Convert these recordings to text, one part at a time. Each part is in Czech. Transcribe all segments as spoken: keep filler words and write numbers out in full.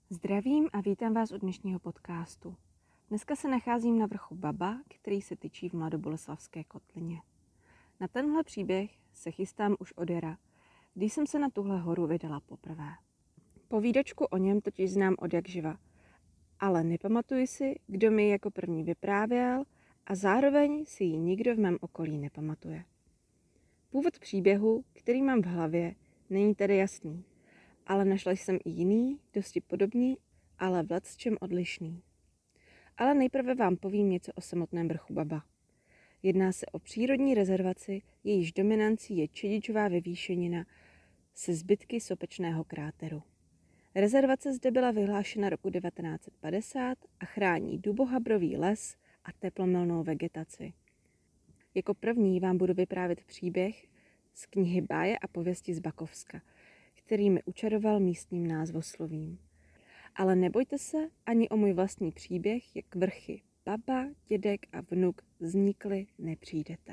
Zdravím a vítám vás u dnešního podcastu. Dneska se nacházím na vrchu Baba, který se tyčí v Mladoboleslavské kotlině. Na tenhle příběh se chystám už od jara, když jsem se na tuhle horu vydala poprvé. Povídačku o něm totiž znám od jak živa, ale nepamatuji si, kdo mi ji jako první vyprávěl a zároveň si ji nikdo v mém okolí nepamatuje. Původ příběhu, který mám v hlavě, není tedy jasný, ale našla jsem i jiný, dosti podobný, ale v lecčem odlišný. Ale nejprve vám povím něco o samotném vrchu Baba. Jedná se o přírodní rezervaci, jejíž dominancí je čedičová vyvýšenina se zbytky sopečného kráteru. Rezervace zde byla vyhlášena roku devatenáct set padesát a chrání dubohabrový les a teplomilnou vegetaci. Jako první vám budu vyprávět příběh z knihy Báje a pověsti z Bakovska, který mi učaroval místním názvoslovím. Ale nebojte se, ani o můj vlastní příběh, jak vrchy Baba, dědek a vnuk vznikly, nepřijdete.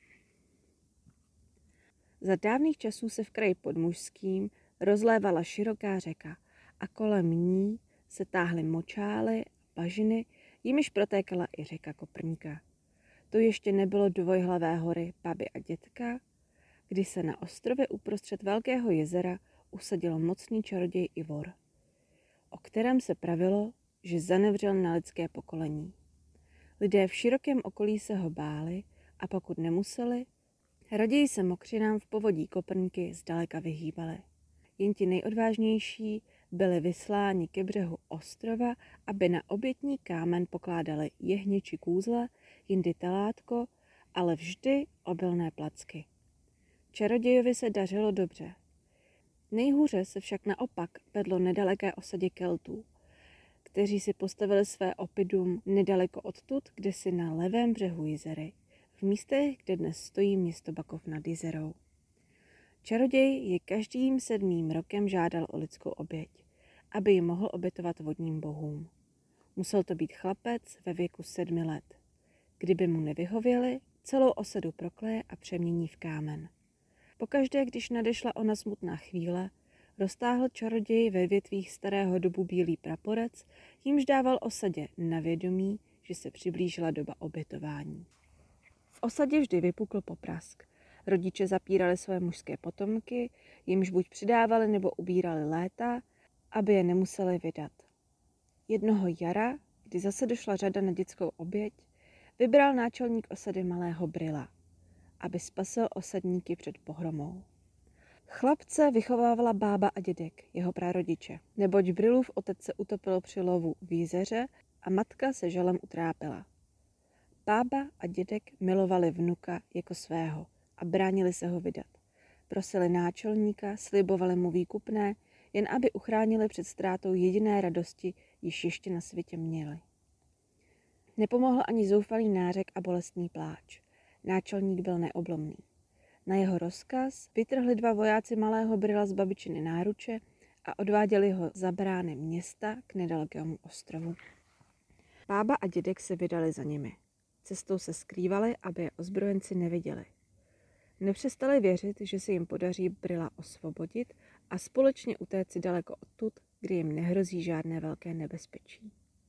Za dávných časů se v kraji Podmužským rozlévala široká řeka a kolem ní se táhly močály a bažiny, jimiž protékala i řeka Koprníka. To ještě nebylo dvojhlavé hory Baby a dětka, kdy se na ostrově uprostřed velkého jezera usadil mocný čaroděj Ivor, o kterém se pravilo, že zanevřel na lidské pokolení. Lidé v širokém okolí se ho báli a pokud nemuseli, raději se mokřinám v povodí Koprníky zdaleka vyhýbali. Jen ti nejodvážnější byli vysláni ke břehu ostrova, aby na obětní kámen pokládali jehně či kůzle, jindy telátko, ale vždy obilné placky. Čarodějovi se dařilo dobře. Nejhůře se však naopak vedlo nedaleké osadě Keltů, kteří si postavili své oppidum nedaleko odtud, kde si na levém břehu Jizery, v místech, kde dnes stojí město Bakov nad Jizerou. Čaroděj je každým sedmým rokem žádal o lidskou oběť, aby ji mohl obětovat vodním bohům. Musel to být chlapec ve věku sedmi let. Kdyby mu nevyhověli, celou osadu prokleje a přemění v kámen. Pokaždé, když nadešla ona smutná chvíle, roztáhl čaroděj ve větvích starého dubu bílý praporec, jímž dával osadě na vědomí, že se přiblížila doba obětování. V osadě vždy vypukl poprask. Rodiče zapírali své mužské potomky, jimž buď přidávali nebo ubírali léta, aby je nemuseli vydat. Jednoho jara, kdy zase došla řada na dětskou oběť, vybral náčelník osady malého Brila, aby spasil osadníky před pohromou. Chlapce vychovávala bába a dědek, jeho prarodiče, neboť Brilův otec se utopil při lovu v Jizeře a matka se žalem utrápila. Bába a dědek milovali vnuka jako svého a bránili se ho vydat. Prosili náčelníka, slibovali mu výkupné, jen aby uchránili před ztrátou jediné radosti, již ještě na světě měli. Nepomohl ani zoufalý nářek a bolestný pláč. Náčelník byl neoblomný. Na jeho rozkaz vytrhli dva vojáci malého Brila z babičiny náruče a odváděli ho za brány města k nedalekému ostrovu. Bába a dědek se vydali za nimi. Cestou se skrývali, aby je ozbrojenci neviděli. Nepřestali věřit, že se jim podaří Brila osvobodit a společně utéci daleko odtud, kdy jim nehrozí žádné velké nebezpečí.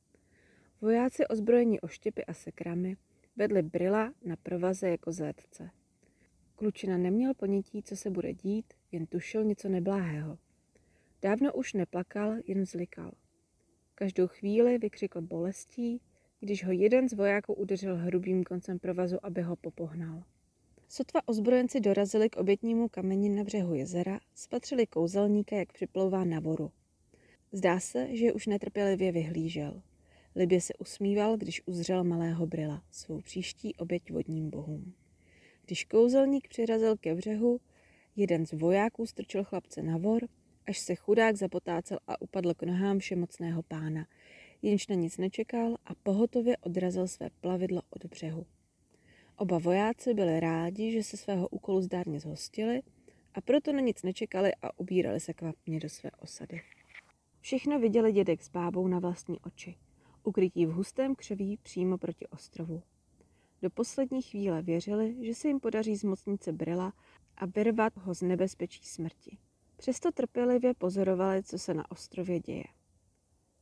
Vojáci ozbrojení oštěpy a sekrami vedli Brila na provaze jako zletce. Klučina neměl ponětí, co se bude dít, jen tušil něco neblahého. Dávno už neplakal, jen zlikal. Každou chvíli vykřikl bolestí, když ho jeden z vojáků udeřil hrubým koncem provazu, aby ho popohnal. Sotva ozbrojenci dorazili k obětnímu kameni na břehu jezera, spatřili kouzelníka, jak připlouvá na voru. Zdá se, že už netrpělivě vyhlížel. Libě se usmíval, když uzřel malého Brila, svou příští oběť vodním bohům. Když kouzelník přirazil ke břehu, jeden z vojáků strčil chlapce na vor, až se chudák zapotácel a upadl k nohám všemocného pána, jenž na nic nečekal a pohotově odrazil své plavidlo od břehu. Oba vojáci byli rádi, že se svého úkolu zdárně zhostili a proto na nic nečekali a ubírali se kvapně do své osady. Všechno viděli dědek s bábou na vlastní oči, ukrytí v hustém křoví přímo proti ostrovu. Do poslední chvíle věřili, že se jim podaří zmocnit se Brila a vyrvat ho z nebezpečí smrti. Přesto trpělivě pozorovali, co se na ostrově děje.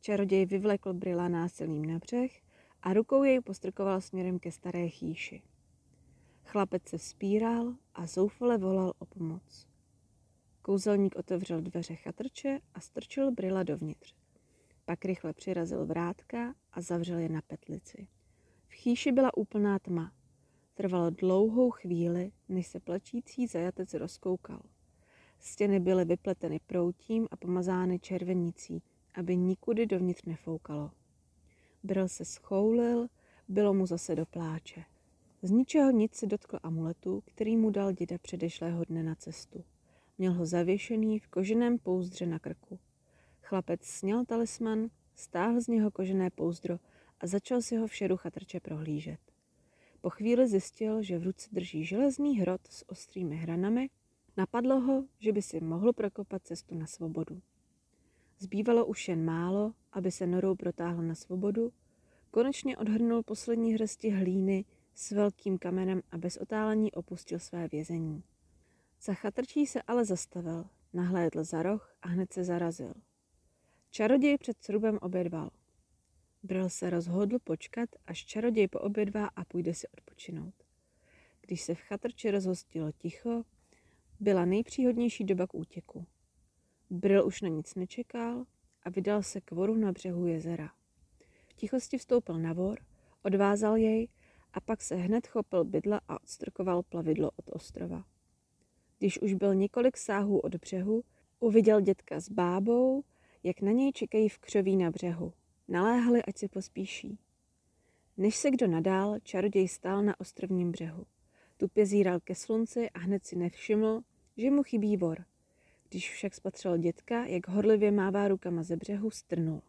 Čaroděj vyvlekl Brilla násilím na břeh a rukou jej postrkoval směrem ke staré chýši. Chlapec se vzpíral a zoufale volal o pomoc. Kouzelník otevřel dveře chatrče a strčil Brilla dovnitř. Pak rychle přirazil vrátka a zavřel je na petlici. V chýši byla úplná tma. Trvalo dlouhou chvíli, než se plačící zajatec rozkoukal. Stěny byly vypleteny proutím a pomazány červenicí, aby nikudy dovnitř nefoukalo. Brill se schoulil, bylo mu zase do pláče. Z ničeho nic se dotkl amuletu, který mu dal děda předešlého dne na cestu. Měl ho zavěšený v koženém pouzdře na krku. Chlapec sněl talisman, stáhl z něho kožené pouzdro a začal si ho v šeru chatrče prohlížet. Po chvíli zjistil, že v ruce drží železný hrot s ostrými hranami. Napadlo ho, že by si mohl prokopat cestu na svobodu. Zbývalo už jen málo, aby se norou protáhl na svobodu. Konečně odhrnul poslední hrsti hlíny s velkým kamenem a bez otálení opustil své vězení. Za chatrčí se ale zastavil, nahlédl za roh a hned se zarazil. Čaroděj před srubem obědval. Brill se rozhodl počkat, až čaroděj poobědvá a půjde si odpočinout. Když se v chatrči rozhostilo ticho, byla nejpříhodnější doba k útěku. Brill už na nic nečekal a vydal se k voru na břehu jezera. V tichosti vstoupil na vor, odvázal jej a pak se hned chopil bydla a odstrkoval plavidlo od ostrova. Když už byl několik sáhů od břehu, uviděl dětka s bábou, jak na něj čekají v křoví na břehu. Naléhali, ať se pospíší. Než se kdo nadál, čaroděj stál na ostrovním břehu. Tupě zíral ke slunci a hned si nevšiml, že mu chybí vor. Když však spatřil dětka, jak horlivě mává rukama ze břehu, strnul.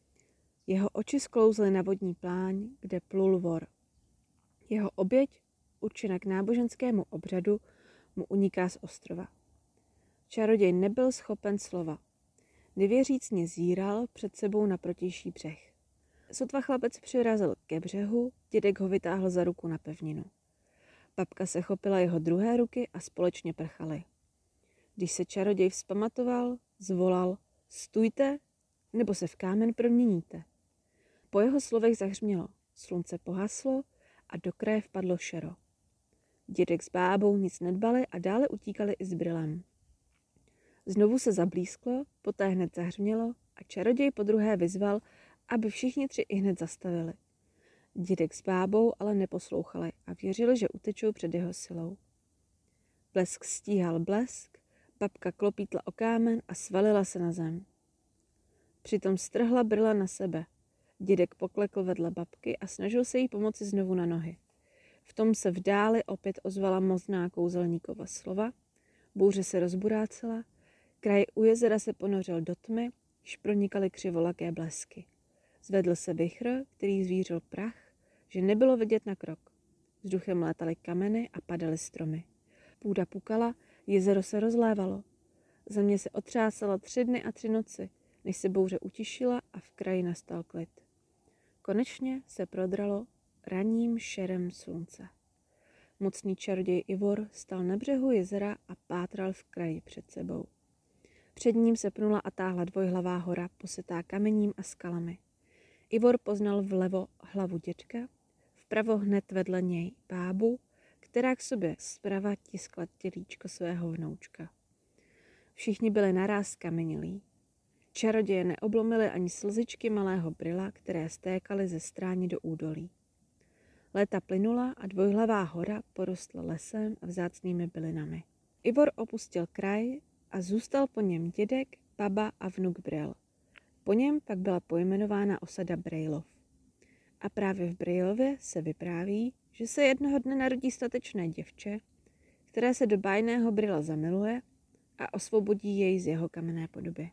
Jeho oči sklouzly na vodní pláň, kde plul vor. Jeho oběť, určena k náboženskému obřadu, mu uniká z ostrova. Čaroděj nebyl schopen slova. Nevěřícně zíral před sebou na protější břeh. Sotva chlapec přirazil ke břehu, dědek ho vytáhl za ruku na pevninu. Babka se chopila jeho druhé ruky a společně prchali. Když se čaroděj vzpamatoval, zvolal: "Stůjte, nebo se v kámen proměníte." Po jeho slovech zahřmělo, slunce pohaslo a do kraje vpadlo šero. Dědek s bábou nic nedbali a dále utíkali i s Brillem. Znovu se zablísklo, poté hned zahřmělo a čaroděj podruhé vyzval, aby všichni tři ihned zastavili. Dědek s bábou ale neposlouchali a věřili, že utečou před jeho silou. Blesk stíhal blesk, babka klopítla o kámen a svalila se na zem. Přitom strhla Brilla na sebe. Dědek poklekl vedle babky a snažil se jí pomoci znovu na nohy. V tom se v dáli opět ozvala mocná kouzelníkova slova, bouře se rozburácela, kraj u jezera se ponořil do tmy, již pronikaly křivolaké blesky. Zvedl se vichr, který zvířil prach, že nebylo vidět na krok. Vzduchem létaly kameny a padaly stromy. Půda pukala, jezero se rozlévalo. Země se otřásala tři dny a tři noci, než se bouře utišila a v kraji nastal klid. Konečně se prodralo ranním šerem slunce. Mocný čaroděj Ivor stál na břehu jezera a pátral v kraji před sebou. Před ním se pnula a táhla dvojhlavá hora, posetá kamením a skalami. Ivor poznal vlevo hlavu dědka, vpravo hned vedle něj bábu, která k sobě zprava tiskla tělíčko svého vnoučka. Všichni byli naráz skamenilí. Čaroděje neoblomily ani slzičky malého Brilla, které stékaly ze stráni do údolí. Léta plynula a dvojhlavá hora porostla lesem a vzácnými bylinami. Ivor opustil kraj a zůstal po něm dědek, baba a vnuk Brill. Po něm pak byla pojmenována osada Brailov. A právě v Brailově se vypráví, že se jednoho dne narodí statečné děvče, které se do bájného Brilla zamiluje a osvobodí jej z jeho kamenné podoby.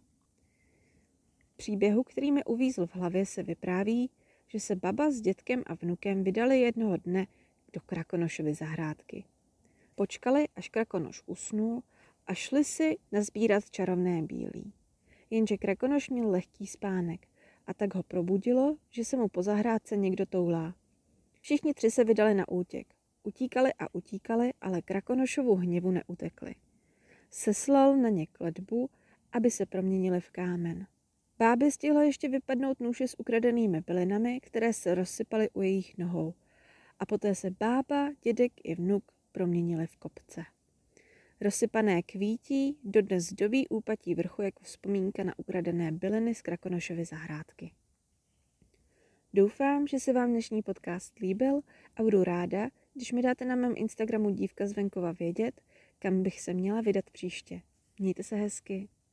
V příběhu, který mi uvízl v hlavě, se vypráví, že se baba s dětkem a vnukem vydali jednoho dne do Krakonošovy zahrádky. Počkali, až Krakonoš usnul a šli si nazbírat čarovné bílí. Jenže Krakonoš měl lehký spánek a tak ho probudilo, že se mu po zahrádce někdo toulá. Všichni tři se vydali na útěk. Utíkali a utíkali, ale Krakonošovu hněvu neutekli. Seslal na ně kletbu, aby se proměnili v kámen. Bábě stihla ještě vypadnout nůže s ukradenými bylinami, které se rozsypaly u jejich nohou. A poté se bába, dědek i vnuk proměnili v kopce. Rozsypané kvítí dodnes doví úpatí vrchu jako vzpomínka na ukradené byliny z Krakonošovy zahrádky. Doufám, že se vám dnešní podcast líbil a budu ráda, když mi dáte na mém Instagramu Dívka z venkova vědět, kam bych se měla vydat příště. Mějte se hezky.